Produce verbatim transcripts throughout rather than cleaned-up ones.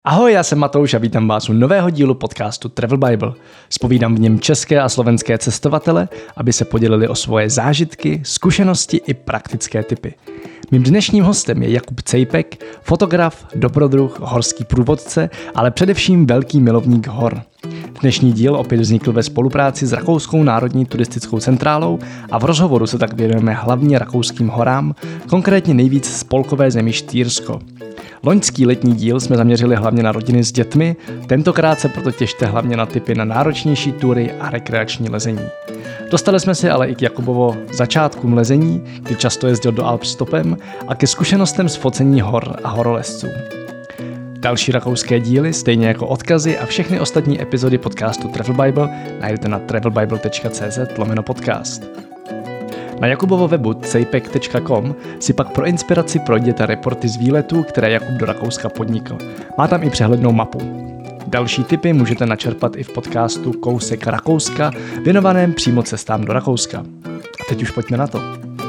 Ahoj, já jsem Matouš a vítám vás u nového dílu podcastu Travel Bible. Zpovídám v něm české a slovenské cestovatele, aby se podělili o svoje zážitky, zkušenosti i praktické tipy. Mým dnešním hostem je Jakub Cejpek, fotograf, dobrodruh, horský průvodce, ale především velký milovník hor. Dnešní díl opět vznikl ve spolupráci s Rakouskou národní turistickou centrálou a v rozhovoru se tak věnujeme hlavně rakouským horám, konkrétně nejvíc spolkové zemi Štýrsko. Loňský letní díl jsme zaměřili hlavně na rodiny s dětmi, tentokrát se proto těšte hlavně na tipy na náročnější tury a rekreační lezení. Dostali jsme se ale i k Jakubovo začátkům lezení, kdy často jezdil do Alp stopem, a ke zkušenostem z focení hor a horolezců. Další rakouské díly, stejně jako odkazy a všechny ostatní epizody podcastu Travel Bible najdete na travelbible tečka cz lomeno podcast. Na Jakubovo webu cejpek tečka com si pak pro inspiraci projděte reporty z výletů, které Jakub do Rakouska podnikl. Má tam i přehlednou mapu. Další tipy můžete načerpat i v podcastu Kousek Rakouska, věnovaném přímo cestám do Rakouska. A teď už pojďme na to.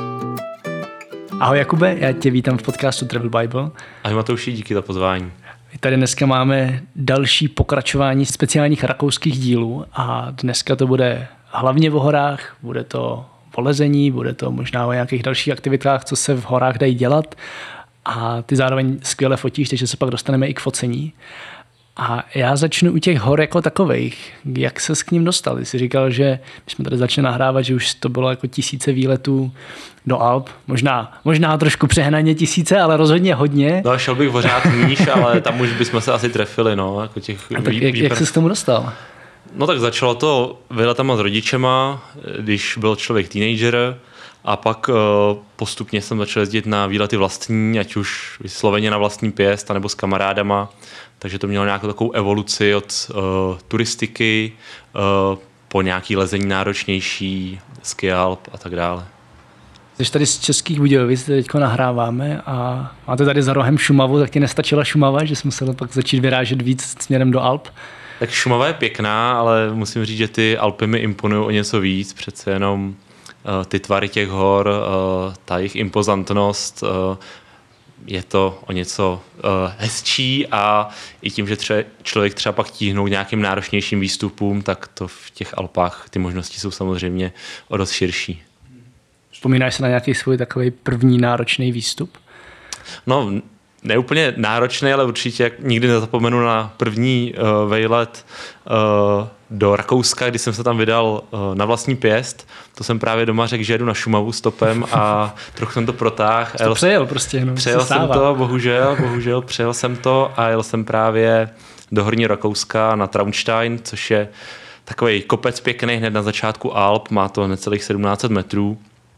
Ahoj Jakube, já tě vítám v podcastu Travel Bible. Ahoj Matouši, díky za pozvání. My tady dneska máme další pokračování speciálních rakouských dílů a dneska to bude hlavně o horách, bude to o lezení, bude to možná o nějakých dalších aktivitách, co se v horách dají dělat, a ty zároveň skvěle fotíš, takže se pak dostaneme i k focení. A já začnu u těch hor jako takovejch. Jak ses k ním dostal? Jsi říkal, že my jsme tady začali nahrávat, že už to bylo jako tisíce výletů do Alp. Možná, možná trošku přehnaně tisíce, ale rozhodně hodně. No, šel bych pořád níž, ale tam už bychom se asi trefili. No, jako těch A tak jak, jak jsi k tomu dostal? No tak začalo to výletama s rodičema, když byl člověk teenager, a pak uh, postupně jsem začal jezdit na výlety vlastní, ať už vysloveně na vlastní pěst, anebo s kamarádama. Takže to mělo nějakou takovou evoluci od uh, turistiky uh, po nějaký lezení náročnější, ski Alp a tak dále. Jsi tady z Českých Budějovic, teďko nahráváme a máte tady za rohem Šumavu, tak ti nestačila Šumava, že jsi musel pak začít vyrážet víc směrem do Alp? Tak Šumava je pěkná, ale musím říct, že ty Alpy mi imponují o něco víc, přece jenom uh, ty tvary těch hor, uh, ta jejich impozantnost, uh, je to o něco uh, hezčí, a i tím, že tře- člověk třeba pak tíhnou nějakým náročnějším výstupům, tak to v těch Alpách ty možnosti jsou samozřejmě o dost širší. Vzpomínáš se na nějaký svůj takový první náročný výstup? No, neúplně náročný, ale určitě nikdy nezapomenu na první uh, vejlet uh, do Rakouska, kdy jsem se tam vydal uh, na vlastní pěst. To jsem právě doma řekl, že jedu na Šumavu stopem a trochu jsem to protáhl. Jsi to přejel prostě. No, přejel jsem to, bohužel, bohužel přejel jsem to a jel jsem právě do Horního Rakouska na Traunstein, což je takový kopec pěkný hned na začátku Alp, má to necelých sedmnáct set metrů.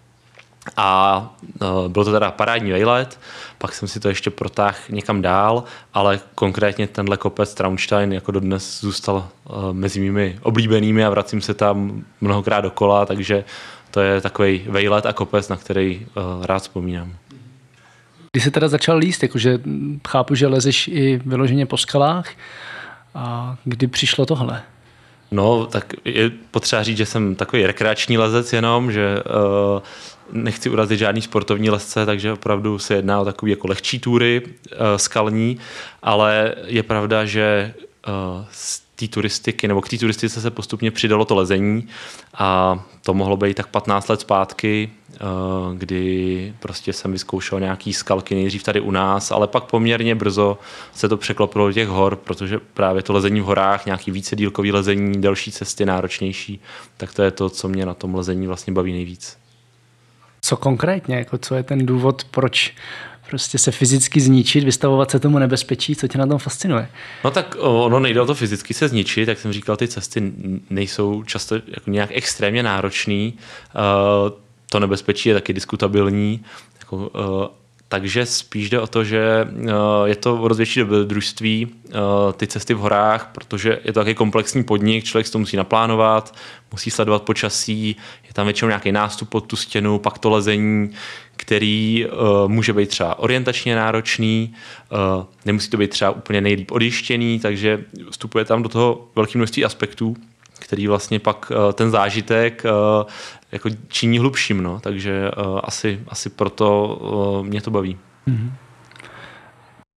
A uh, byl to teda parádní vejlet, pak jsem si to ještě protáhl někam dál, ale konkrétně tenhle kopec Traunstein jako dodnes zůstal uh, mezi mými oblíbenými a vracím se tam mnohokrát dokola, takže to je takový vejlet a kopec, na který uh, rád vzpomínám. Když jsi teda začal líst, jakože chápu, že lezeš i vyloženě po skalách, a kdy přišlo tohle? No, tak je potřeba říct, že jsem takový rekreační lezec jenom, že uh, nechci urazit žádný sportovní lezce, takže opravdu se jedná o takový jako lehčí túry uh, skalní, ale je pravda, že uh, z té turistiky, nebo k té turistice se postupně přidalo to lezení, a to mohlo být tak patnáct let zpátky, uh, kdy prostě jsem vyzkoušel nějaký skalky nejdřív tady u nás, ale pak poměrně brzo se to překlopilo do těch hor, protože právě to lezení v horách, nějaký vícedílkový lezení, delší cesty, náročnější, tak to je to, co mě na tom lezení vlastně baví nejvíc. Co konkrétně? Jako co je ten důvod, proč prostě se fyzicky zničit, vystavovat se tomu nebezpečí? Co tě na tom fascinuje? No tak ono nejde o to fyzicky se zničit, jak jsem říkal, ty cesty nejsou často jako nějak extrémně náročný. To nebezpečí je taky diskutabilní. Jako, takže spíš jde o to, že je to o dost větší dobrodružství, ty cesty v horách, protože je to taky komplexní podnik, člověk si to musí naplánovat, musí sledovat počasí, je tam většinou nějaký nástup pod tu stěnu, pak to lezení, který uh, může být třeba orientačně náročný, uh, nemusí to být třeba úplně nejlíp odjištěný, takže vstupuje tam do toho velké množství aspektů, který vlastně pak uh, ten zážitek uh, jako činí hlubším, no, takže uh, asi, asi proto uh, mě to baví. Mm-hmm.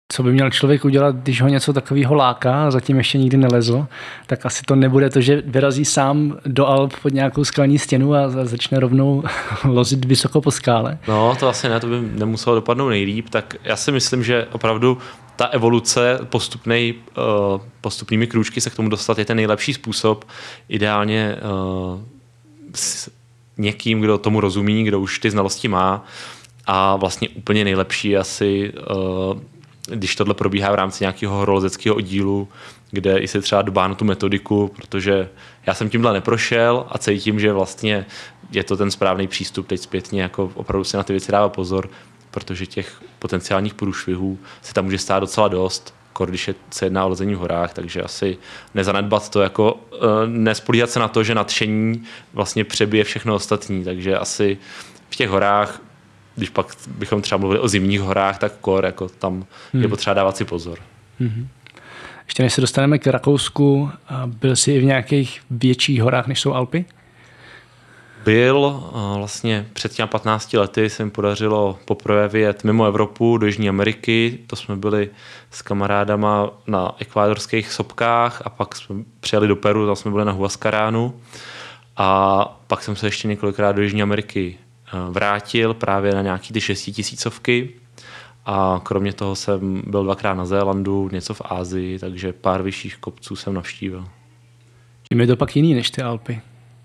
Co by měl člověk udělat, když ho něco takového láká a zatím ještě nikdy nelezl, tak asi to nebude to, že vyrazí sám do Alp pod nějakou skalní stěnu a začne rovnou lozit vysoko po skále. No, to asi ne, to by nemuselo dopadnout nejlíp, tak já si myslím, že opravdu ta evoluce postupnej, postupnými krůčky se k tomu dostat je ten nejlepší způsob. Ideálně s někým, kdo tomu rozumí, kdo už ty znalosti má, a vlastně úplně nejlepší asi, když tohle probíhá v rámci nějakého horolezeckého oddílu, kde i se třeba dbá tu metodiku, protože já jsem tímhle neprošel a cítím, že vlastně je to ten správný přístup teď zpětně, jako opravdu si na ty věci dává pozor, protože těch potenciálních průšvihů se tam může stát docela dost, když je, se jedná o lezení v horách, takže asi nezanedbat to, jako nespolíhat se na to, že nadšení vlastně přebije všechno ostatní, takže asi v těch horách, když pak bychom třeba mluvili o zimních horách, tak kor, jako tam hmm. je potřeba dávat si pozor. Hmm. Ještě než se dostaneme k Rakousku, byl jsi i v nějakých větších horách, než jsou Alpy? Byl. Vlastně před těmi patnácti lety se mi podařilo poprvé vyjet mimo Evropu do Jižní Ameriky. To jsme byli s kamarádama na ekvádorských sopkách a pak jsme přijeli do Peru, tam jsme byli na Huascaránu. A pak jsem se ještě několikrát do Jižní Ameriky vrátil právě na nějaký ty šestitisícovky. A kromě toho jsem byl dvakrát na Zélandu, něco v Asii, takže pár vyšších kopců jsem navštívil. Čím je to pak jiný než ty Alpy?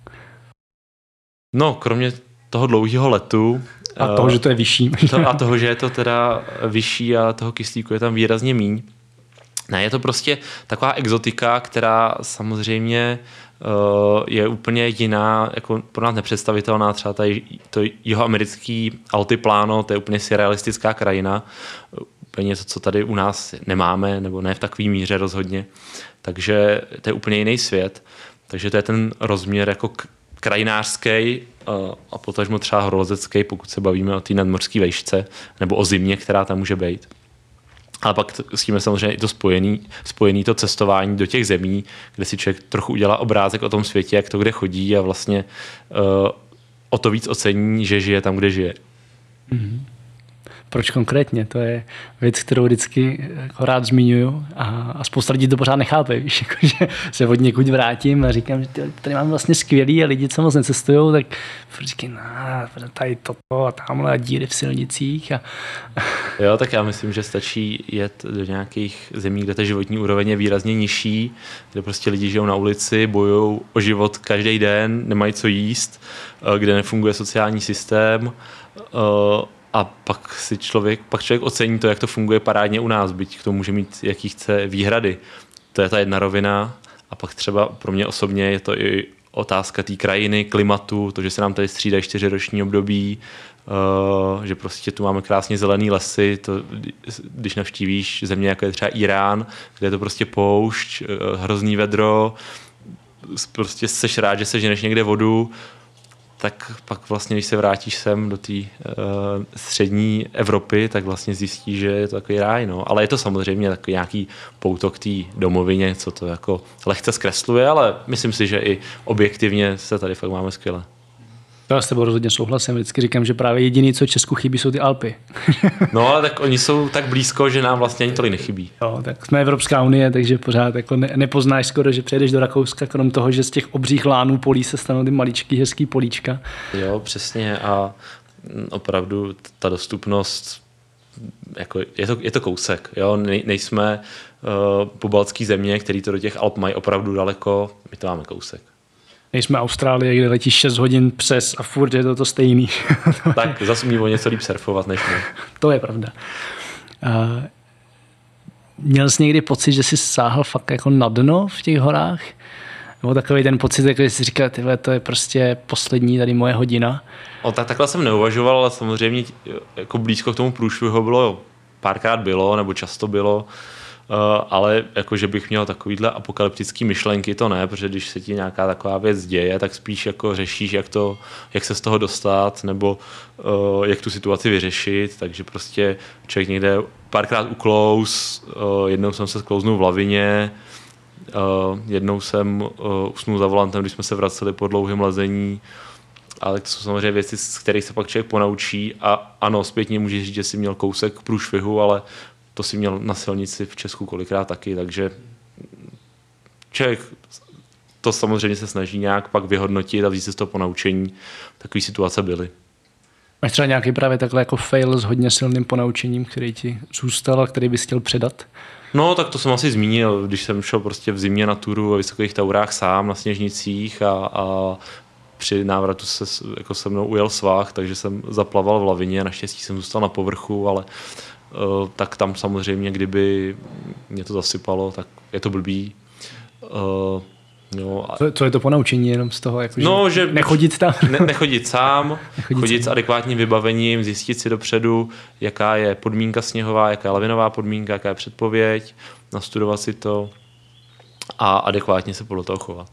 No, kromě toho dlouhého letu. A toho, že to je vyšší. To, a toho, že je to teda vyšší a toho kyslíku je tam výrazně míň. Ne, je to prostě taková exotika, která samozřejmě uh, je úplně jiná, jako pro nás nepředstavitelná, třeba tady to jihoamerický Altiplano, to je úplně surrealistická krajina, úplně něco, co tady u nás nemáme, nebo ne v takové míře rozhodně, takže to je úplně jiný svět, takže to je ten rozměr jako krajinářský a potažmo třeba horolezecký, pokud se bavíme o té nadmořské vejšce nebo o zimě, která tam může být. Ale pak s tím je samozřejmě i to spojený, spojený to cestování do těch zemí, kde si člověk trochu udělá obrázek o tom světě, jak to kde chodí a vlastně uh, o to víc ocení, že žije tam, kde žije. Mm-hmm. Proč konkrétně? To je věc, kterou vždycky jako rád zmiňuju a, a spousta lidí to pořád nechápe. Víš? Jako, že se od někud vrátím a říkám, že tady mám vlastně skvělý a lidi, co moc necestujou, tak říkám, no, tady toto a tamhle a díry v silnicích. A... Jo, tak já myslím, že stačí jet do nějakých zemí, kde ta životní úroveň je výrazně nižší, kde prostě lidi žijou na ulici, bojují o život každý den, nemají co jíst, kde nefunguje sociální systém, a pak si člověk, pak člověk ocení to, jak to funguje parádně u nás, byť k tomu může mít, jaký chce výhrady. To je ta jedna rovina. A pak třeba pro mě osobně je to i otázka té krajiny, klimatu, to, že se nám tady střídají čtyřiroční období, uh, že prostě tu máme krásně zelený lesy, to, když navštívíš země, jako je třeba Irán, kde je to prostě poušť, uh, hrozný vedro, prostě seš rád, že seženeš někde vodu, tak pak vlastně, když se vrátíš sem do té uh, střední Evropy, tak vlastně zjistíš, že je to takový ráj. No. Ale je to samozřejmě takový nějaký poutok té domovině, co to jako lehce zkresluje, ale myslím si, že i objektivně se tady fakt máme skvěle. Já s tebou rozhodně souhlasím. Vždycky říkám, že právě jediný, co Česku chybí, jsou ty Alpy. No, ale tak oni jsou tak blízko, že nám vlastně ani tolik nechybí. Jo, tak jsme Evropská unie, takže pořád jako ne, nepoznáš skoro, že přejdeš do Rakouska, krom toho, že z těch obřích lánů polí se stanou ty maličký, hezký políčka. Jo, přesně a opravdu ta dostupnost, jako je, to, je to kousek. Jo? Nej, nejsme uh, pobaltský země, který to do těch Alp mají opravdu daleko, my to máme kousek. Nejsme Austrálie, kde letíš šest hodin přes a furt je to to stejný. Tak zase umí o něco líp surfovat než my. To je pravda. Uh, měl jsi někdy pocit, že jsi sáhl fakt jako na dno v těch horách? Nebo takový ten pocit, jako jsi říkal, tyhle, to je prostě poslední tady moje hodina? O, tak, takhle jsem neuvažoval, ale samozřejmě jako blízko k tomu průšvihu bylo, párkrát bylo, nebo často bylo. Uh, ale jako, že bych měl takovýhle apokalyptický myšlenky, to ne, protože když se ti nějaká taková věc děje, tak spíš jako řešíš, jak, to, jak se z toho dostat, nebo uh, jak tu situaci vyřešit, takže prostě člověk někde párkrát uklous, uh, jednou jsem se sklouznul v lavině, uh, jednou jsem uh, usnul za volantem, když jsme se vraceli po dlouhém lezení, ale to jsou samozřejmě věci, z kterých se pak člověk ponaučí a ano, zpětně můžeš říct, že jsi měl kousek k průšvihu, ale to si měl na silnici v Česku kolikrát taky, takže člověk to samozřejmě se snaží nějak pak vyhodnotit a vzít si z toho ponaučení. Takové situace byly. Máš třeba nějaký právě takhle jako fail s hodně silným ponaučením, který ti zůstal a který bys chtěl předat? No, tak to jsem asi zmínil, když jsem šel prostě v zimě na turu ve vysokých taurách sám na Sněžnicích a, a při návratu se jako se mnou ujel svah, takže jsem zaplaval v lavině, naštěstí jsem zůstal na povrchu, ale uh, tak tam samozřejmě, kdyby mě to zasypalo, tak je to blbý. Uh, No, a... co, co je to ponaučení jenom z toho? Jako, no, že že nechodit tam? Ne, nechodit sám, nechodit chodit sám. s adekvátním vybavením, zjistit si dopředu, jaká je podmínka sněhová, jaká je lavinová podmínka, jaká je předpověď, nastudovat si to a adekvátně se podle toho chovat.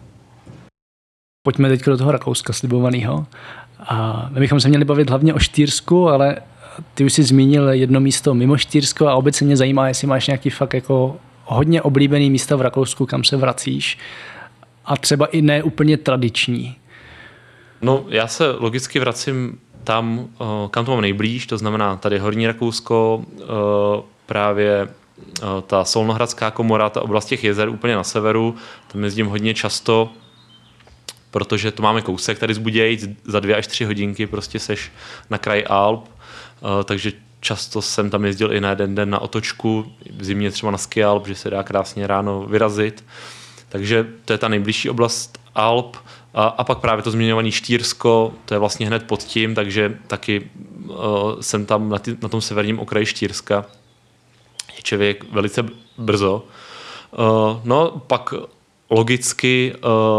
Pojďme teď do toho Rakouska slibovaného. A my bychom se měli bavit hlavně o Štýrsku, ale ty už jsi zmínil jedno místo mimo Štýrsko a obecně mě zajímá, jestli máš nějaký fakt jako hodně oblíbený místa v Rakousku, kam se vracíš a třeba i ne úplně tradiční. No, já se logicky vracím tam, kam to mám nejblíž, to znamená tady Horní Rakousko, právě ta Solnohradská komora, ta oblast těch jezer úplně na severu, tam jezdím hodně často, protože to máme kousek tady z Budějic, za dvě až tři hodinky prostě seš na kraji Alp, takže často jsem tam jezdil i na jeden den na otočku, v zimě třeba na ski Alp, že se dá krásně ráno vyrazit. Takže to je ta nejbližší oblast Alp. A, a pak právě to zmiňované Štýrsko, to je vlastně hned pod tím, takže taky uh, jsem tam na, ty, na tom severním okraji Štýrska. Je člověk velice brzo. Uh, no pak logicky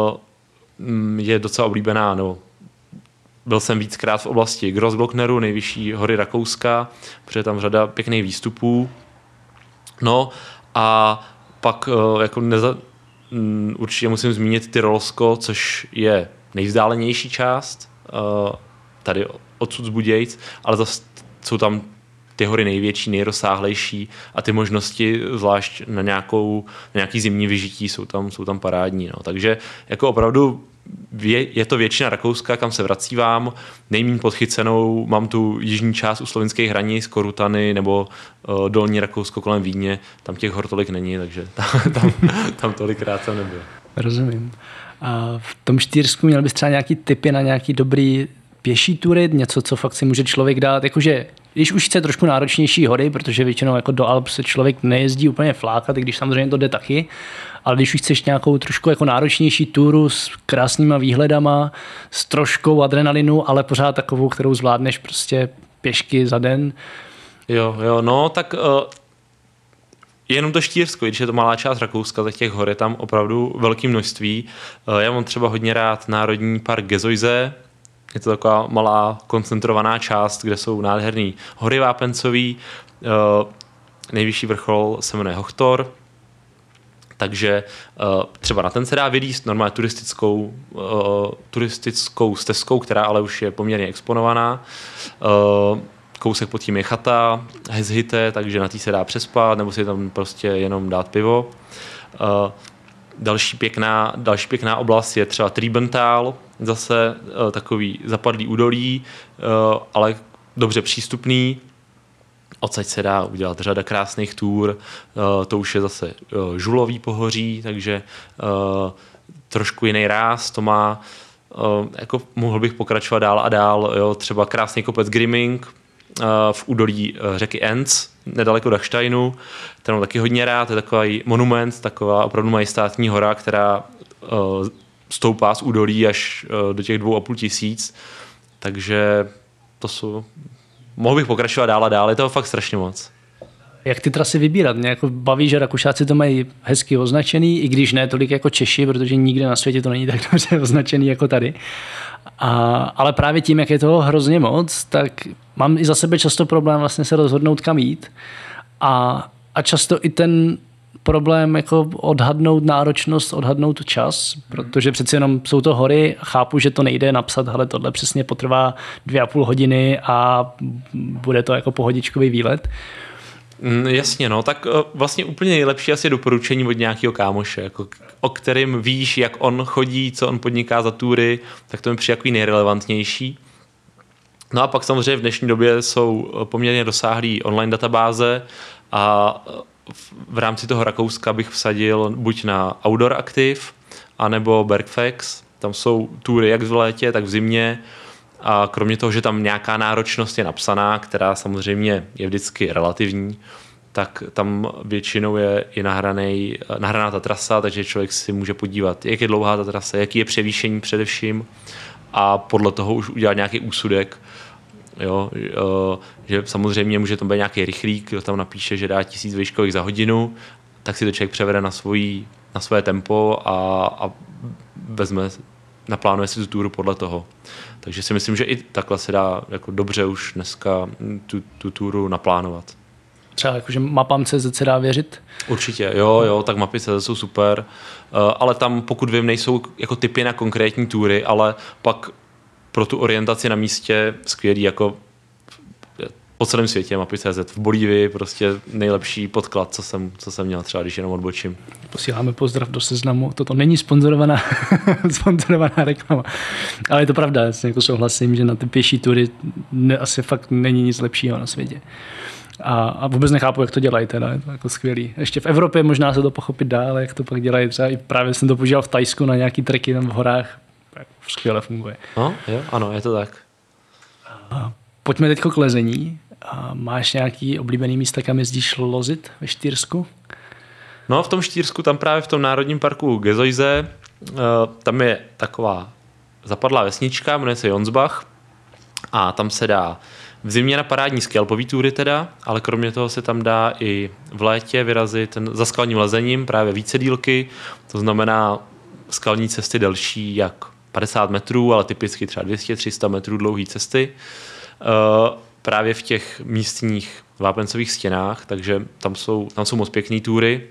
uh, je docela oblíbená, no, byl jsem víckrát v oblasti Grossglockneru, nejvyšší hory Rakouska, protože je tam řada pěkných výstupů. No a pak jako neza, určitě musím zmínit Tyrolsko, což je nejvzdálenější část tady odsud z Budějic, ale zase jsou tam ty hory největší, nejrozsáhlejší a ty možnosti, zvlášť na, nějakou, na nějaký zimní vyžití, jsou tam, jsou tam parádní. No. Takže jako opravdu je to většina Rakouska, kam se vracívám. Nejméně podchycenou mám tu jižní část u slovinských hranic, Korutany nebo uh, dolní Rakousko kolem Vídně. Tam těch hor tolik není, takže tam, tam, tam tolikrát jsem nebyl. Rozumím. A v tom Štýrsku měl bys třeba nějaký tipy na nějaký dobrý pěší tury, něco, co fakt si může člověk dát, jakože když už chce trošku náročnější hory, protože většinou jako do Alp se člověk nejezdí úplně flákat, i když samozřejmě to jde taky, ale když už chceš nějakou trošku jako náročnější túru s krásnýma výhledama, s troškou adrenalinu, ale pořád takovou, kterou zvládneš prostě pěšky za den. Jo, jo, no tak uh, jenom to Štýrsko, když je to malá část Rakouska, tak těch hor je tam opravdu velké množství. Uh, já mám třeba hodně rád Národní park Gesäuse. Je to taková malá koncentrovaná část, kde jsou nádherný hory vápencový. Uh, nejvyšší vrchol se jmenuje Hochtor. Takže uh, třeba na ten se dá vylízt normálně turistickou, uh, turistickou stezkou, která ale už je poměrně exponovaná. Uh, kousek pod tím je chata, Hezhite, takže na té se dá přespat, nebo si tam prostě jenom dát pivo. Uh, další, pěkná, další pěkná oblast je třeba Triebental, zase uh, takový zapadlý údolí, uh, ale dobře přístupný. Odsaď se dá udělat řada krásných tour, to už je zase žulový pohoří, takže trošku jiný ráz to má, jako mohl bych pokračovat dál a dál, jo, třeba krásný kopec Grimming v údolí řeky Enz, nedaleko Dachsteinu, ten mám taky hodně rád, je takový monument, taková opravdu majestátní hora, která stoupá z údolí až do těch dvou a půl tisíc, takže to jsou... Mohl bych pokračovat dál a dál, je toho fakt strašně moc. Jak ty trasy vybírat? Mě jako baví, že Rakušáci to mají hezky označený, i když ne tolik jako Češi, protože nikde na světě to není tak dobře označený jako tady. A, ale právě tím, jak je toho hrozně moc, tak mám i za sebe často problém vlastně se rozhodnout, kam jít. A, a často i ten problém jako odhadnout náročnost, odhadnout čas, protože přeci jenom jsou to hory a chápu, že to nejde napsat, hele, tohle přesně potrvá dvě a půl hodiny a bude to jako pohodičkový výlet. Mm, jasně, no, tak vlastně úplně nejlepší asi doporučení od nějakého kámoše, jako, o kterým víš, jak on chodí, co on podniká za túry, tak to mi přijde jako nejrelevantnější. No a pak samozřejmě v dnešní době jsou poměrně rozsáhlý online databáze A v rámci toho Rakouska bych vsadil buď na Outdoor Active, anebo Bergfex. Tam jsou túry jak v létě, tak v zimě. A kromě toho, že tam nějaká náročnost je napsaná, která samozřejmě je vždycky relativní, tak tam většinou je i nahranej, nahraná ta trasa, takže člověk si může podívat, jak je dlouhá ta trasa, jaký je převýšení především a podle toho už udělat nějaký úsudek. Jo, že samozřejmě může tam být nějaký rychlík, kdo tam napíše, že dá tisíc výškových za hodinu, tak si to člověk převede na, svojí, na své tempo a, a vezme, naplánuje si tu túru podle toho. Takže si myslím, že i takhle se dá jako dobře už dneska tu, tu túru naplánovat. Třeba jakože mapám tečka cé zet se dá věřit? Určitě, jo, jo, tak mapy tečka cé zet jsou super, ale tam pokud vím, nejsou jako typy na konkrétní túry, ale pak pro tu orientaci na místě skvělý jako po celém světě mapy tečka cé zet. V Bolívii prostě nejlepší podklad, co jsem, co jsem měl třeba, když jenom odbočím. Posíláme pozdrav do Seznamu. Toto není sponzorovaná, sponzorovaná reklama. Ale je to pravda, já jako souhlasím, že na ty pěší tury ne, asi fakt není nic lepšího na světě. A, a vůbec nechápu, jak to dělají teda, je to jako skvělý. Ještě v Evropě možná se to pochopit dá, ale jak to pak dělají, třeba i právě jsem to používal v Thajsku na nějaký treky tam v horách, skvěle funguje. No, jo, ano, je to tak. A pojďme teď k lezení. A máš nějaký oblíbený místa, kam jezdíš lozit ve Štýrsku? No, v tom Štýrsku, tam právě v tom národním parku Gesäuse, tam je taková zapadlá vesnička, jmenuje se Jonsbach a tam se dá v zimě na parádní skalpový túry teda, ale kromě toho se tam dá i v létě vyrazit za skalním lezením právě více dílky, to znamená skalní cesty delší jak padesát metrů, ale typicky třeba dvě stě až tři sta metrů dlouhé cesty. Právě v těch místních vápencových stěnách, takže tam jsou, tam jsou moc pěkný túry.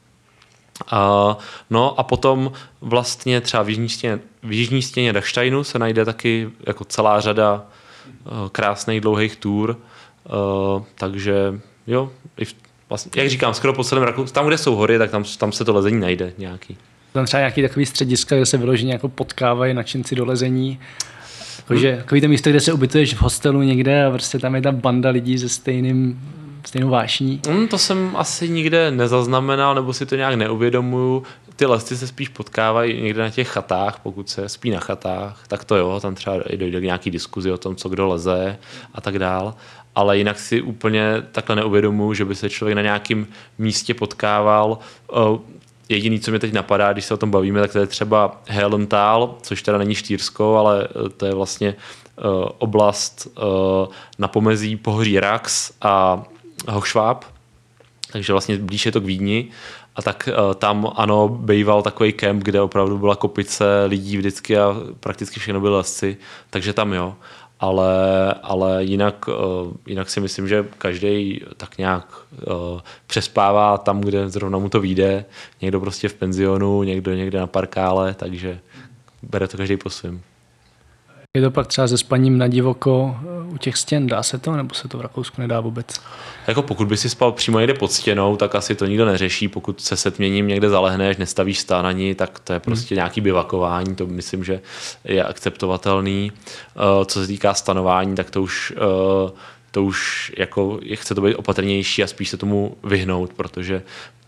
A, no a potom vlastně třeba v jižní stěně, v jižní stěně Dachsteinu se najde taky jako celá řada uh, krásných dlouhých túr, uh, takže jo, i v, vlastně, jak říkám, skoro po celém Rakousku, tam, kde jsou hory, tak tam, tam se to lezení najde nějaký. Tam třeba nějaký takový střediska, kde se vyloženě jako potkávají nadšenci do lezení. Jakože, hmm. Takový to místo, kde se ubytuješ v hostelu někde a prostě tam je ta banda lidí se stejným, stejnou vášní. Hmm, to jsem asi nikde nezaznamenal, nebo si to nějak neuvědomuju. Ty lesci se spíš potkávají někde na těch chatách, pokud se spí na chatách, tak to jo, tam třeba i dojde k nějaký diskuzi o tom, co kdo leze a tak dál. Ale jinak si úplně takhle neuvědomuju, že by se člověk na nějakém místě potkával. Jediný, co mě teď napadá, když se o tom bavíme, tak to je třeba Hellental, což teda není Štýrsko, ale to je vlastně uh, oblast uh, na pomezí pohoří Rax a Hochschwab, takže vlastně blíž je to k Vídni. A tak uh, tam ano, býval takový kemp, kde opravdu byla kopice lidí vždycky a prakticky všechno byli lesci, takže tam jo. Ale, ale jinak, uh, jinak si myslím, že každý tak nějak uh, přespává tam, kde zrovna mu to vyjde. Někdo prostě v penzionu, někdo někde na parkále, takže bere to každý po svým. Je to pak třeba se spaním na divoko u těch stěn, dá se to, nebo se to v Rakousku nedá vůbec? Jako pokud by si spal přímo někde pod stěnou, tak asi to nikdo neřeší. Pokud se setměním někde zalehneš, nestavíš stán ani, tak to je prostě hmm. nějaký bivakování, to myslím, že je akceptovatelný. Uh, co se týká stanování, tak to už, uh, to už jako chce to být opatrnější a spíš se tomu vyhnout, protože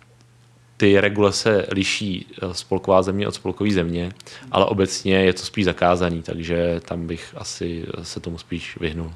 ty regule se liší spolková země od spolkové země, ale obecně je to spíš zakázaný, takže tam bych asi se tomu spíš vyhnul.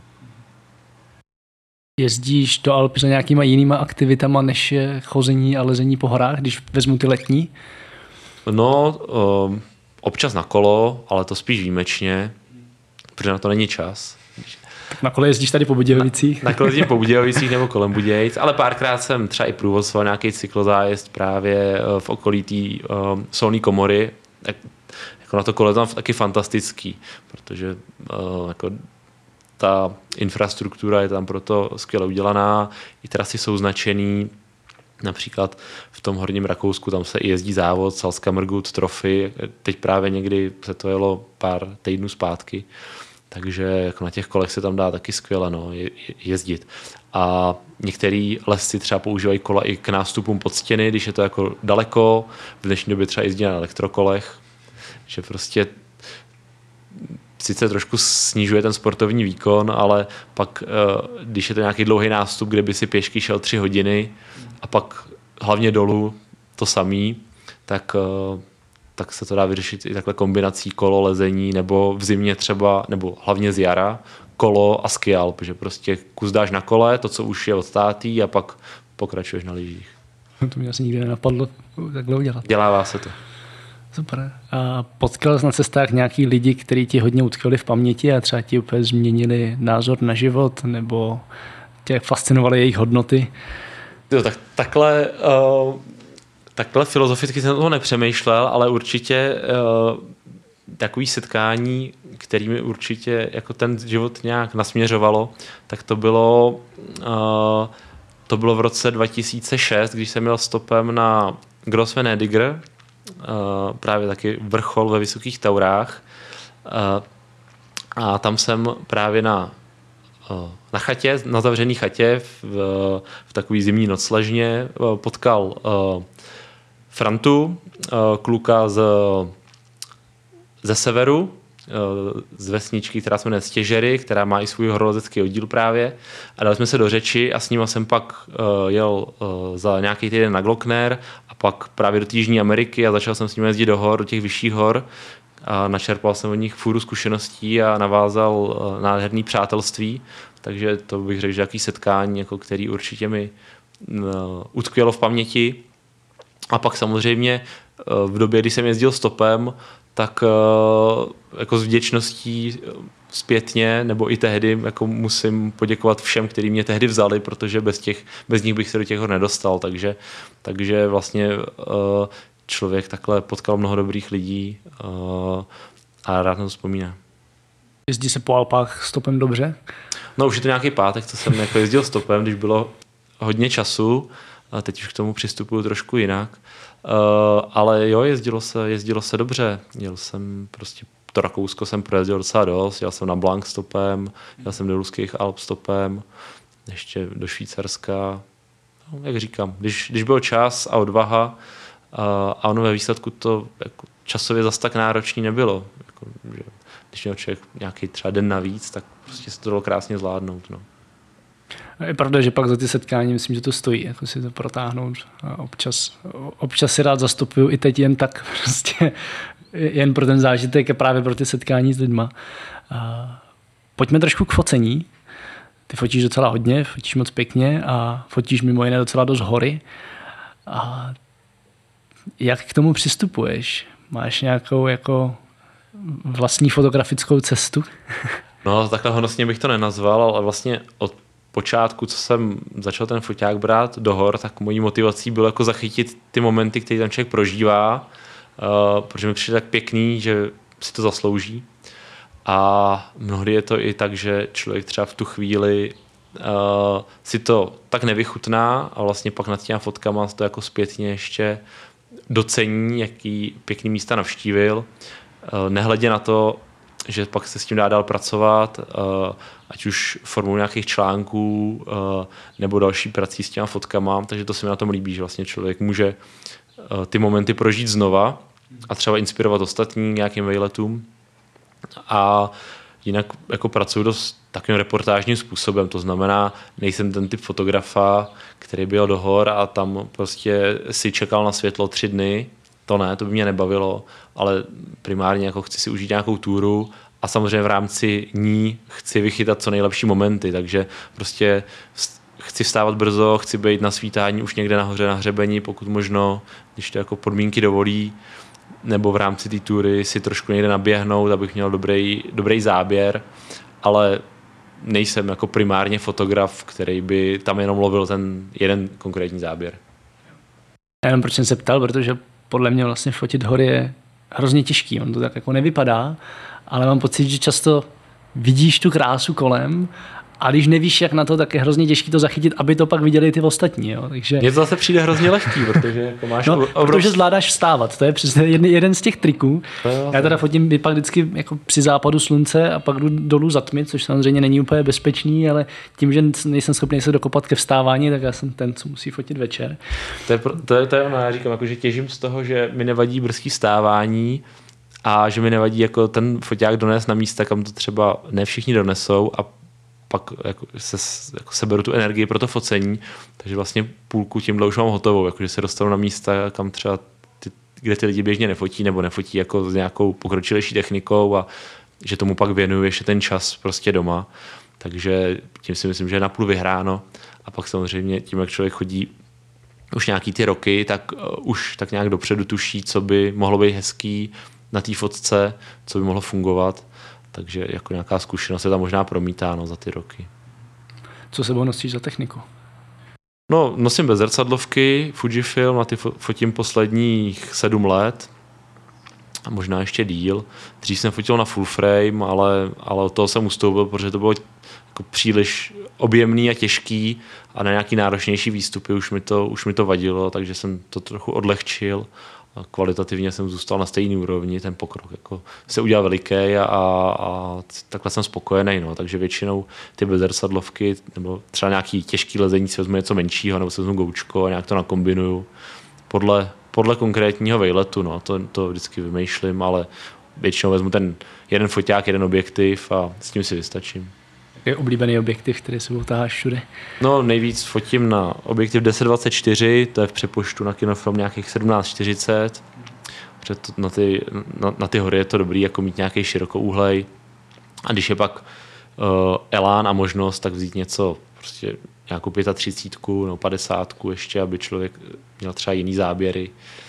Jezdíš do Alp za nějakýma jinýma aktivitama, než je chození a lezení po horách, když vezmu ty letní? No, občas na kolo, ale to spíš výjimečně, protože na to není čas. Na kole jezdíš tady po Budějovicích? Na, na kole jezdím po Budějovicích nebo kolem Budějic, ale párkrát jsem třeba i průvodcoval nějaký cyklozájezd právě v okolí té um, solné komory. Tak, jako na to kole tam taky fantastický, protože uh, jako ta infrastruktura je tam proto skvěle udělaná, i trasy jsou značený, například v tom horním Rakousku tam se i jezdí závod Salzkammergut Trophy, teď právě někdy se to jelo pár týdnů zpátky, takže jako na těch kolech se tam dá taky skvěle no, je, jezdit. A některý lesci třeba používají kola i k nástupům pod stěny, když je to jako daleko, v dnešní době třeba jezdí na elektrokolech, že prostě sice trošku snižuje ten sportovní výkon, ale pak, když je to nějaký dlouhý nástup, kde by si pěšky šel tři hodiny a pak hlavně dolů to samý, tak, tak se to dá vyřešit i takhle kombinací kolo, lezení, nebo v zimě třeba, nebo hlavně z jara, kolo a skialp, že prostě kus dáš na kole, to, co už je odstátý, a pak pokračuješ na lyžích. To mě asi nikdy nenapadlo takhle udělat. Dělává se to. Super. A potkal jsi na cestách nějaký lidi, kteří ti hodně utkvěli v paměti a třeba ti úplně změnili názor na život, nebo tě fascinovaly jejich hodnoty? Jo, tak, takhle, uh, takhle filozoficky jsem toho nepřemýšlel, ale určitě uh, takový setkání, který mi určitě jako ten život nějak nasměřovalo, tak to bylo, uh, to bylo v roce dva tisíce šest, když jsem jel stopem na Gros Venediger, Uh, právě taky vrchol ve Vysokých Taurách. Uh, a tam jsem právě na, uh, na chatě, na zavřený chatě v, v takový zimní nocležně uh, potkal uh, Frantu, uh, kluka z, ze severu, uh, z vesničky, která se jmenuje Stěžery, která má i svůj horolezecký oddíl právě. A dali jsme se do řeči a s ním jsem pak uh, jel uh, za nějaký týden na Glockner a pak právě do Jižní Ameriky a začal jsem s ním jezdit do hor, do těch vyšších hor a načerpal jsem od nich fůru zkušeností a navázal uh, nádherný přátelství. Takže to bych řekl, že takový setkání, jako který určitě mi uh, utkvělo v paměti. A pak samozřejmě uh, v době, kdy jsem jezdil stopem, tak uh, jako s vděčností zpětně, nebo i tehdy jako musím poděkovat všem, kteří mě tehdy vzali, protože bez, těch, bez nich bych se do těch hor nedostal. Takže, takže vlastně uh, člověk takhle potkal mnoho dobrých lidí uh, a rád na to vzpomíná. Jezdí se po Alpách stopem dobře? No už je to nějaký pátek, co jsem jako jezdil stopem, když bylo hodně času, a teď už k tomu přistupuju trošku jinak. Uh, ale jo, jezdilo se, jezdilo se dobře. Jel jsem prostě, to Rakousko jsem projezdil docela dost, jel jsem na Blanc stopem, jel jsem do Ruských Alp stopem, ještě do Švýcarska. No, jak říkám, když, když byl čas a odvaha uh, a ono ve výsledku to jako časově zas tak náročný nebylo. Jako, že když měl člověk nějaký třeba den navíc, tak prostě se to dalo krásně zvládnout. No. Je pravda, že pak za ty setkání myslím, že to stojí, jako si to protáhnout. A občas, občas si rád zastupuju i teď jen tak, prostě jen pro ten zážitek a právě pro ty setkání s lidma. A pojďme trošku k focení. Ty fotíš docela hodně, fotíš moc pěkně a fotíš mimo jiné docela dost hory. A jak k tomu přistupuješ? Máš nějakou jako vlastní fotografickou cestu? No, takhle honosně bych to nenazval, ale vlastně od počátku, co jsem začal ten foťák brát do hor, tak mojí motivací bylo jako zachytit ty momenty, které tam člověk prožívá, uh, protože mi přijde tak pěkný, že si to zaslouží. A mnohdy je to i tak, že člověk třeba v tu chvíli uh, si to tak nevychutná a vlastně pak nad těma fotkama to jako zpětně ještě docení, jaký pěkný místa navštívil. Uh, nehledě na to, že pak se s tím dá dál pracovat, ať už formou nějakých článků nebo další prací s těma fotkama, takže to se mi na tom líbí, že vlastně člověk může ty momenty prožít znova a třeba inspirovat ostatní nějakým vejletům. A jinak jako pracuji dost takovým reportážním způsobem, to znamená, nejsem ten typ fotografa, který byl do hor a tam prostě si čekal na světlo tři dny. To ne, to by mě nebavilo, ale primárně jako chci si užít nějakou túru a samozřejmě v rámci ní chci vychytat co nejlepší momenty, takže prostě chci vstávat brzo, chci být na svítání už někde nahoře na hřebeni, pokud možno, když to jako podmínky dovolí, nebo v rámci té túry si trošku někde naběhnout, abych měl dobrý, dobrý záběr, ale nejsem jako primárně fotograf, který by tam jenom lovil ten jeden konkrétní záběr. Já jenom proč jsem se ptal, protože podle mě vlastně fotit hory je hrozně těžký. On to tak jako nevypadá, ale mám pocit, že často vidíš tu krásu kolem a když nevíš, jak na to, tak je hrozně těžký to zachytit, aby to pak viděli ty ostatní. Jo. Takže... Mně to zase přijde hrozně lehký, protože jako máš no, obrovský... protože zvládáš vstávat, to je přesně jeden, jeden z těch triků. Já teda fotím pak vždycky jako při západu slunce a pak jdu dolů za tmy, což samozřejmě není úplně bezpečný, ale tím, že nejsem schopný se dokopat ke vstávání, tak já jsem ten, co musí fotit večer. To je, to je, to je ono, já říkám, jako, že těžím z toho, že mi nevadí brzký vstávání, a že mi nevadí jako ten foťák donést na místa, kam to třeba ne všichni donesou a pak jako se, jako seberu tu energii pro to focení, takže vlastně půlku tímhle už mám hotovou, jakože se dostanu na místa, kam třeba ty, kde ty lidi běžně nefotí nebo nefotí jako s nějakou pokročilejší technikou a že tomu pak věnuju ještě ten čas prostě doma. Takže tím si myslím, že je napůl vyhráno a pak samozřejmě tím, jak člověk chodí už nějaký ty roky, tak uh, už tak nějak dopředu tuší, co by mohlo být hezký na té fotce, co by mohlo fungovat. Takže jako nějaká zkušenost se tam možná promítá no, za ty roky. Co sebou nosíš za techniku? No, nosím bezzrcadlovky, Fujifilm, na ty fotím posledních sedm let. A možná ještě díl. Dřív jsem fotil na full frame, ale, ale od toho jsem ustoupil, protože to bylo jako příliš objemný a těžký a na nějaký náročnější výstupy už mi to, už mi to vadilo, takže jsem to trochu odlehčil. A kvalitativně jsem zůstal na stejné úrovni, ten pokrok jako se udělal veliký a, a takhle jsem spokojený. No. Takže většinou ty bezzrcadlovky nebo třeba nějaký těžký lezení si vezmu něco menšího nebo si vezmu goučko a nějak to nakombinuju podle Podle konkrétního vejletu, no, to, to vždycky vymýšlím, ale většinou vezmu ten jeden foťák, jeden objektiv a s tím si vystačím. Jaký je oblíbený objektiv, který se utáháš všude? No, nejvíc fotím na objektiv deset dvacet čtyři, to je v přepočtu na kinofilm nějakých sedmnáct čtyřicet. Protože to, na, ty, na, na ty hory je to dobrý, jako mít nějaký širokouhlej. A když je pak uh, elán a možnost, tak vzít něco prostě nějakou třicítku nebo padesátku ještě, aby člověk měl třeba jiný záběry.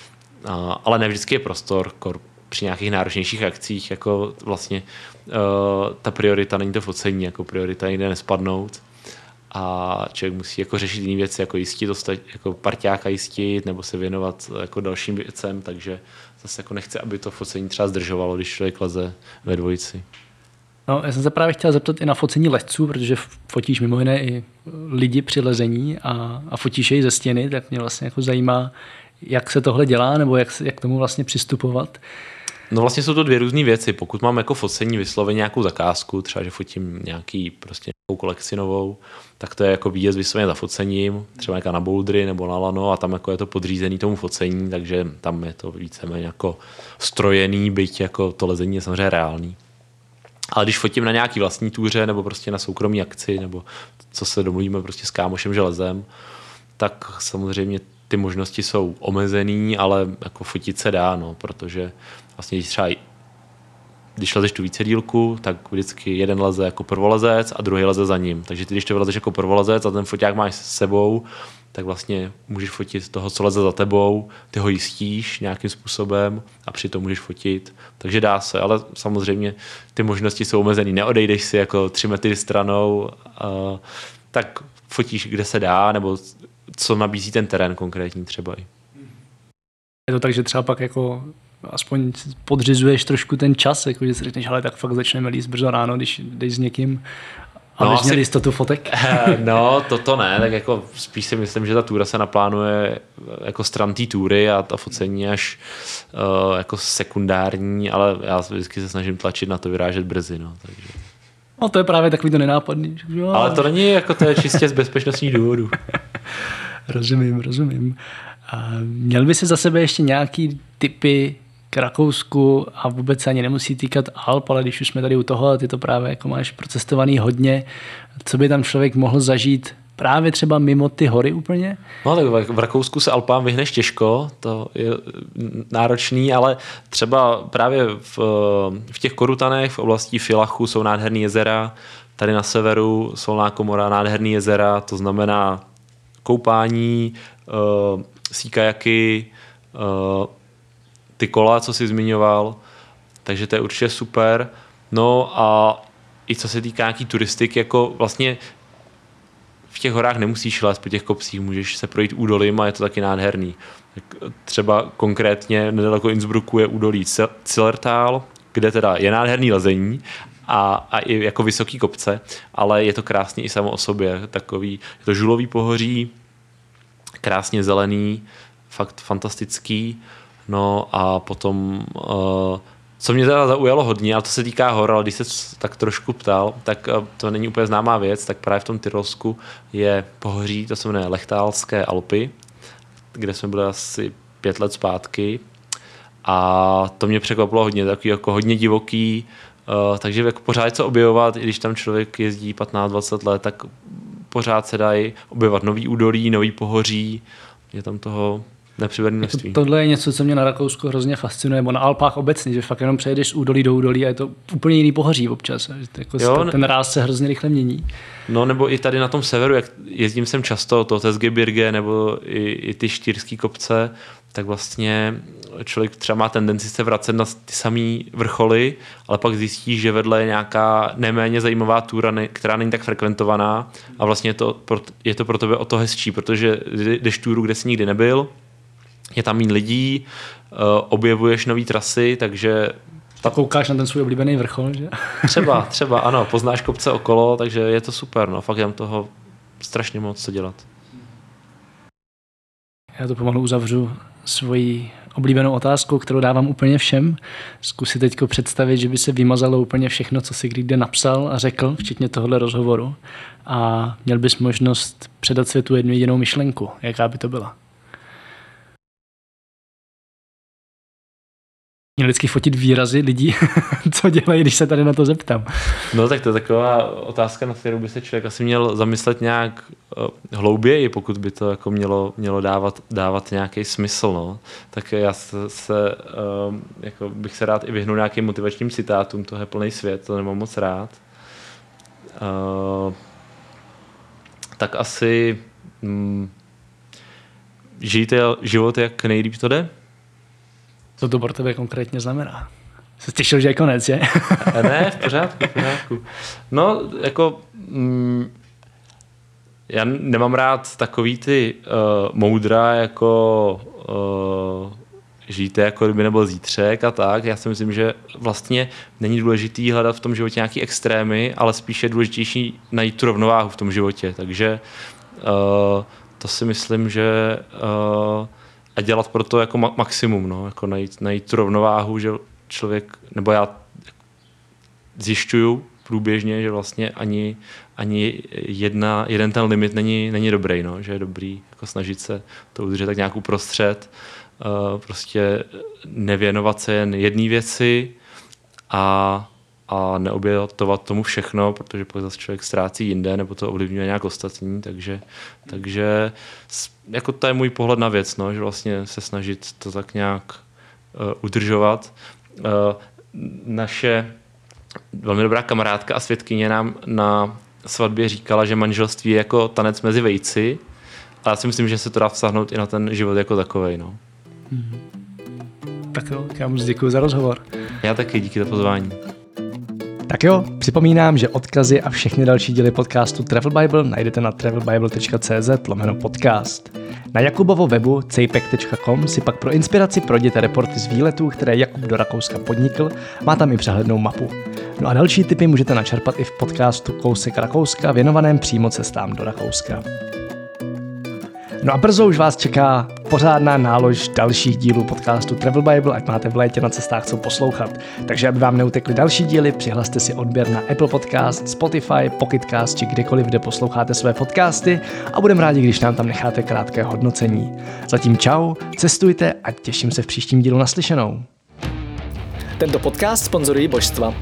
A, ale ne vždycky je prostor kor, při nějakých náročnějších akcích, jako vlastně uh, ta priorita není to focení, jako priorita někde nespadnout. A člověk musí jako řešit jiné věci, jako jistit, dostat, jako parťáka jistit, nebo se věnovat jako dalším věcem, takže zase jako nechce, aby to focení třeba zdržovalo, když člověk leze ve dvojici. No, já jsem se právě chtěl zeptat i na focení lezců, protože fotíš mimo jiné i lidi při lezení a, a fotíš je i ze stěny, tak mě vlastně jako zajímá, jak se tohle dělá, nebo jak, jak tomu vlastně přistupovat. No vlastně jsou to dvě různé věci. Pokud mám jako focení vysloveně nějakou zakázku, třeba že fotím nějaký prostě nějakou kolekci novou, tak to je jako výjezd vysloveně za focením, třeba nějaká na bouldry nebo na lano a tam jako je to podřízený tomu focení, takže tam je to víceméně jako strojený, byť jako to lezení je samozřejmě reálný. Ale když fotím na nějaký vlastní túře nebo prostě na soukromý akci nebo co se domluvíme prostě s kámošem, že lezem, tak samozřejmě ty možnosti jsou omezený, ale jako fotit se dá, no, protože vlastně když třeba když lezeš tu vícedílku, tak vždycky jeden leze jako prvolezec a druhý leze za ním. Takže ty, když to vylezeš jako prvolezec a ten foťák máš s sebou, tak vlastně můžeš fotit toho, co leze za tebou, ty ho jistíš nějakým způsobem a přitom můžeš fotit. Takže dá se, ale samozřejmě ty možnosti jsou omezený. Neodejdeš si jako tři metry stranou, uh, tak fotíš, kde se dá, nebo co nabízí ten terén konkrétní třeba. Je to tak, že třeba pak jako aspoň podřizuješ trošku ten čas, jako že si řekneš, ale tak fakt začneme líst brzo ráno, když jdeš s někým a no, měl jistotu fotek. No, to to ne, tak jako spíš si myslím, že ta túra se naplánuje jako stran té túry a ta focení až uh, jako sekundární, ale já vždycky se snažím tlačit na to vyrážet brzy, no, takže. No to je právě takový to nenápadný. Jo. Ale to není jako, to je čistě z bezpečnostních důvodů. Rozumím, rozumím. A měl by si za sebe ještě nějaký tipy k Rakousku a vůbec se ani nemusí týkat Alp, ale když už jsme tady u toho a ty to právě jako máš procestovaný hodně, co by tam člověk mohl zažít právě třeba mimo ty hory úplně? No tak v Rakousku se Alpám vyhneš těžko, to je náročný, ale třeba právě v, v těch Korutanech, v oblasti Filachu jsou nádherný jezera, tady na severu Solná komora, nádherný jezera, to znamená koupání, uh, síkajaky, uh, ty kola, co jsi zmiňoval, takže to je určitě super. No a i co se týká nějaký turistiky, jako vlastně v těch horách nemusíš lézt po těch kopcích, můžeš se projít údolím a je to taky nádherný. Tak třeba konkrétně nedaleko Innsbrucku je údolí Zillertal, kde teda je nádherný lezení a, a i jako vysoký kopce, ale je to krásně i samo o sobě. Takový, je to žulový pohoří, krásně zelený, fakt fantastický. No a potom, uh, co mě teda zaujalo hodně, ale to se týká hor, ale když se tak trošku ptal, tak uh, to není úplně známá věc, tak právě v tom Tyrolsku je pohoří, to se jmenuje Lechtálské Alpy, kde jsme byli asi pět let zpátky A to mě překvapilo hodně, takový jako hodně divoký, uh, takže jako pořád je co objevovat, i když tam člověk jezdí patnáct dvacet let, tak pořád se dají objevovat nový údolí, nový pohoří, je tam toho nepřiberné množství. Tohle je něco, co mě na Rakousku hrozně fascinuje, nebo na Alpách obecně, že fakt jenom přejedeš z údolí do údolí a je to úplně jiný pohoří občas. Jako jo, ten ráz se hrozně rychle mění. No nebo i tady na tom severu, jak jezdím sem často, to Tesgebirge nebo i, i ty štýrský kopce, tak vlastně člověk třeba má tendenci se vracet na ty samé vrcholy, ale pak zjistí, že vedle je nějaká neméně zajímavá túra, která není tak frekventovaná a vlastně je to, je to pro tebe o to hezčí, protože jdeš túru, kde jsi nikdy nebyl, je tam méně lidí, objevuješ nové trasy, takže... Tak koukáš na ten svůj oblíbený vrchol, že? Třeba, třeba, ano, poznáš kopce okolo, takže je to super, no, fakt je tam toho strašně moc co dělat. Já to pomalu uzavřu svoji oblíbenou otázkou, kterou dávám úplně všem. Zkus si teďko představit, že by se vymazalo úplně všechno, co si kdy napsal a řekl, včetně tohohle rozhovoru. A měl bys možnost předat světu jednu jedinou myšlenku. Jaká by to byla? Měl vždycky fotit výrazy lidí, co dělají, když se tady na to zeptám. No tak to je taková otázka, na kterou by se člověk asi měl zamyslet nějak uh, hlouběji, pokud by to jako mělo, mělo dávat, dávat nějaký smysl. No. Tak já se, se uh, jako bych se rád i vyhnul nějakým motivačním citátům, to je plný svět, to nemám moc rád. Uh, tak asi um, žijte život, jak nejlíp to jde. Co to pro tebe konkrétně znamená? Jsi těšil, že je konec, je? Ne, v pořádku, v pořádku. No, jako mm, já nemám rád takový ty uh, moudra, jako uh, žijte, jako kdyby nebyl zítřek a tak. Já si myslím, že vlastně není důležitý hledat v tom životě nějaký extrémy, ale spíš je důležitější najít tu rovnováhu v tom životě. Takže uh, to si myslím, že uh, a dělat pro to jako ma- maximum, no, jako najít, najít tu rovnováhu, že člověk, nebo já zjišťuju průběžně, že vlastně ani, ani jedna, jeden ten limit není, není dobrý, no, že je dobrý jako snažit se to udržet tak nějak uprostřed, uh, prostě nevěnovat se jen jedné věci a, a neobětovat tomu všechno, protože pak zase člověk ztrácí jinde, nebo to ovlivňuje nějak ostatní, takže, takže jako to je můj pohled na věc, no, že vlastně se snažit to tak nějak uh, udržovat. Uh, naše velmi dobrá kamarádka a svědkyně nám na svatbě říkala, že manželství je jako tanec mezi vejci, a já si myslím, že se to dá vztahnout i na ten život jako takovej, no. Hmm. Tak jo, já moc děkuji za rozhovor. Já taky, díky za pozvání. Tak jo, připomínám, že odkazy a všechny další díly podcastu Travel Bible najdete na travelbible tečka cz lomeno podcast. Na Jakubovo webu cejpek tečka com si pak pro inspiraci projděte reporty z výletů, které Jakub do Rakouska podnikl, má tam i přehlednou mapu. No a další tipy můžete načerpat i v podcastu Kousek Rakouska, věnovaném přímo cestám do Rakouska. No a brzo už vás čeká pořádná nálož dalších dílů podcastu Travel Bible, ať máte v létě na cestách co poslouchat. Takže aby vám neutekly další díly, přihlaste si odběr na Apple Podcast, Spotify, Pocket Cast či kdekoliv, kde posloucháte své podcasty a budeme rádi, když nám tam necháte krátké hodnocení. Zatím čau, cestujte a těším se v příštím dílu naslyšenou. Tento podcast sponzorují božstva.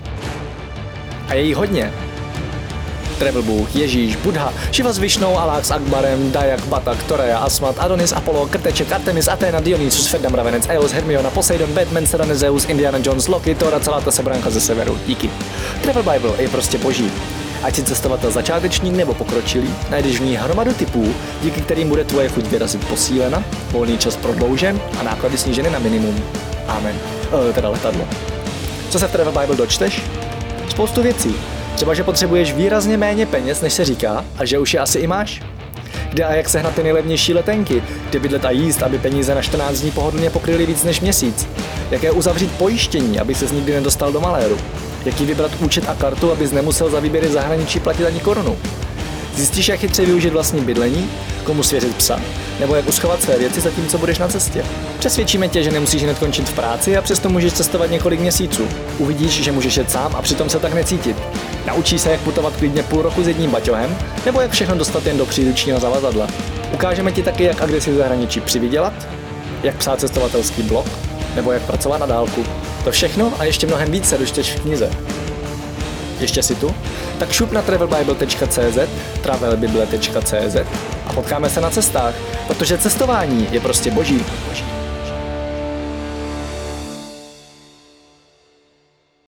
A je jich hodně. Travel Bůh, Ježíš, Buddha, Šiva s Višnou, Alák s Akbarem, Dajak, Batak, Toreja, Asmat, Adonis, Apollo, Krteček, Artemis, Athena, Dionysus, Ferdam, Ravenec, Eos, Hermiona, Poseidon, Batman, Serena, Zeus, Indiana Jones, Loki, Thor a celá ta sebranka ze severu. Díky. Travel Bible je prostě boží. Ať si cestovatel začátečník nebo pokročilý, najdeš v ní hromadu tipů, díky kterým bude tvoje chuť vyrazit posílena, volný čas prodloužen a náklady sníženy na minimum. Amen. E, teda letadlo. Co se v Travel Bible dočteš? Spoustu věcí. Třeba, že potřebuješ výrazně méně peněz, než se říká, a že už je asi i máš. Kde a jak sehnat ty nejlevnější letenky, kde bydlet a jíst, aby peníze na čtrnáct dní pohodlně pokryly víc než měsíc. Jaké uzavřít pojištění, aby ses nikdy nedostal do maléru. Jaký vybrat účet a kartu, abys nemusel za výběry zahraničí platit ani korunu. Zjistíš, jak chytře využít vlastní bydlení, komu svěřit psa, nebo jak uschovat své věci zatímco budeš na cestě. Přesvědčíme tě, že nemusíš hned končit v práci a přesto můžeš cestovat několik měsíců. Uvidíš, že můžeš jet sám a přitom se tak necítit. Naučíš se, jak putovat klidně půl roku s jedním baťohem, nebo jak všechno dostat jen do příručního zavazadla. Ukážeme ti taky, jak a kde si v zahraničí přivydělat, jak psát cestovatelský blog, nebo jak pracovat na dálku. To všechno a ještě mnohem víc se dočteš v knize. Ještě si tu? Tak šup na travel bible tečka cé zet, travel bible tečka cé zet a potkáme se na cestách, protože cestování je prostě boží. boží.